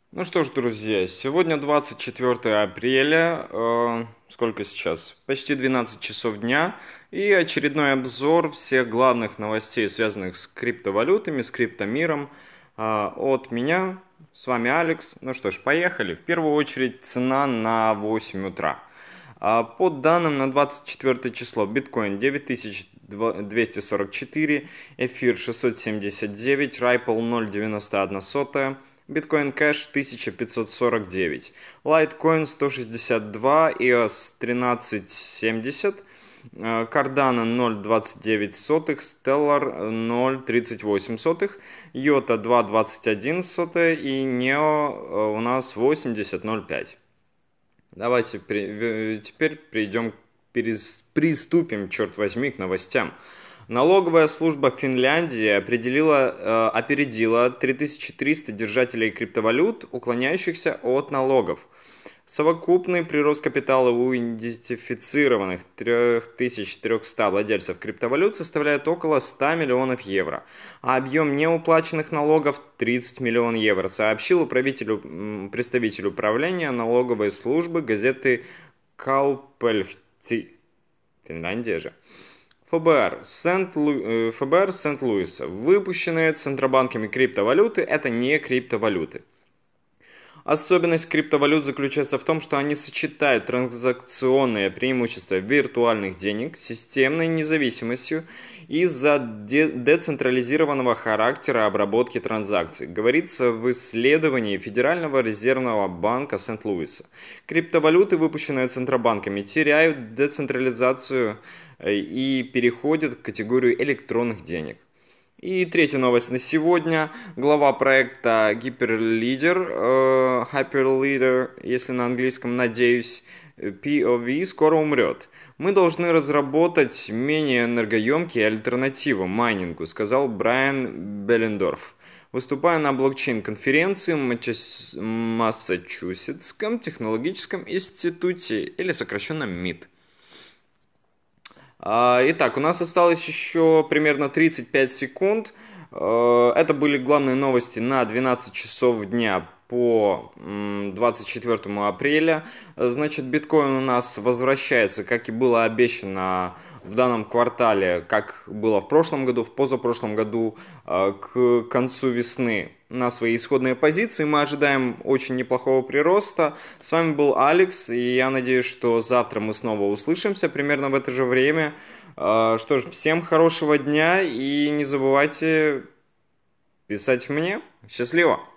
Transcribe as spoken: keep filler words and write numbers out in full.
Ну что ж, друзья, сегодня двадцать четвёртое апреля, э, сколько сейчас? Почти двенадцать часов дня, и очередной обзор всех главных новостей, связанных с криптовалютами, с криптомиром, э, от меня. С вами Алекс. Ну что ж, поехали. В первую очередь цена на восемь утра. А По данным на двадцать четвёртое число, биткоин девять тысяч двести сорок четыре, эфир шестьсот семьдесят девять, Ripple ноль целых девяносто одна сотая, биткоин кэш тысяча пятьсот сорок девять, Litecoin сто шестьдесят два, и о эс тринадцать семьдесят, Cardano ноль целых двадцать девять сотых, Stellar ноль целых тридцать восемь сотых, Йота два целых двадцать один сотых и Neo у нас восемьдесят ноль целых пять. Давайте при- теперь перейдем, перес- приступим, черт возьми, к новостям. Налоговая служба Финляндии определила, э, опередила три тысячи триста держателей криптовалют, уклоняющихся от налогов. Совокупный прирост капитала у идентифицированных три тысячи триста владельцев криптовалют составляет около ста миллионов евро, а объем неуплаченных налогов тридцать миллионов евро, сообщил управителю, представитель управления налоговой службы газеты Каупельхти. Финляндия же. ФБР, Сент-Лу... ФБР Сент-Луиса. Выпущенные центробанками криптовалюты – это не криптовалюты. Особенность криптовалют заключается в том, что они сочетают транзакционные преимущества виртуальных денег с системной независимостью из-за де- децентрализированного характера обработки транзакций, говорится в исследовании Федерального резервного банка Сент-Луиса. Криптовалюты, выпущенные центробанками, теряют децентрализацию э, и переходят в категорию электронных денег. И третья новость на сегодня. Глава проекта Hyperleader, э, Hyperleader, если на английском, надеюсь, пи о ви, скоро умрет. Мы должны разработать менее энергоемкие альтернативы майнингу, сказал Брайан Беллендорф, выступая на блокчейн-конференции в Массачусетском технологическом институте, или сокращенно МИТ. А, Итак, у нас осталось еще примерно тридцать пять секунд. Э, Это были главные новости на двенадцать часов дня по двадцать четвёртому апреля. Э, Значит, биткоин у нас возвращается, как и было обещано в данном квартале, как было в прошлом году, в позапрошлом году, э, к концу весны на свои исходные позиции. Мы ожидаем очень неплохого прироста. С вами был Алекс, и я надеюсь, что завтра мы снова услышимся примерно в это же время. Э, Что ж, всем хорошего дня и не забывайте писать мне. Счастливо!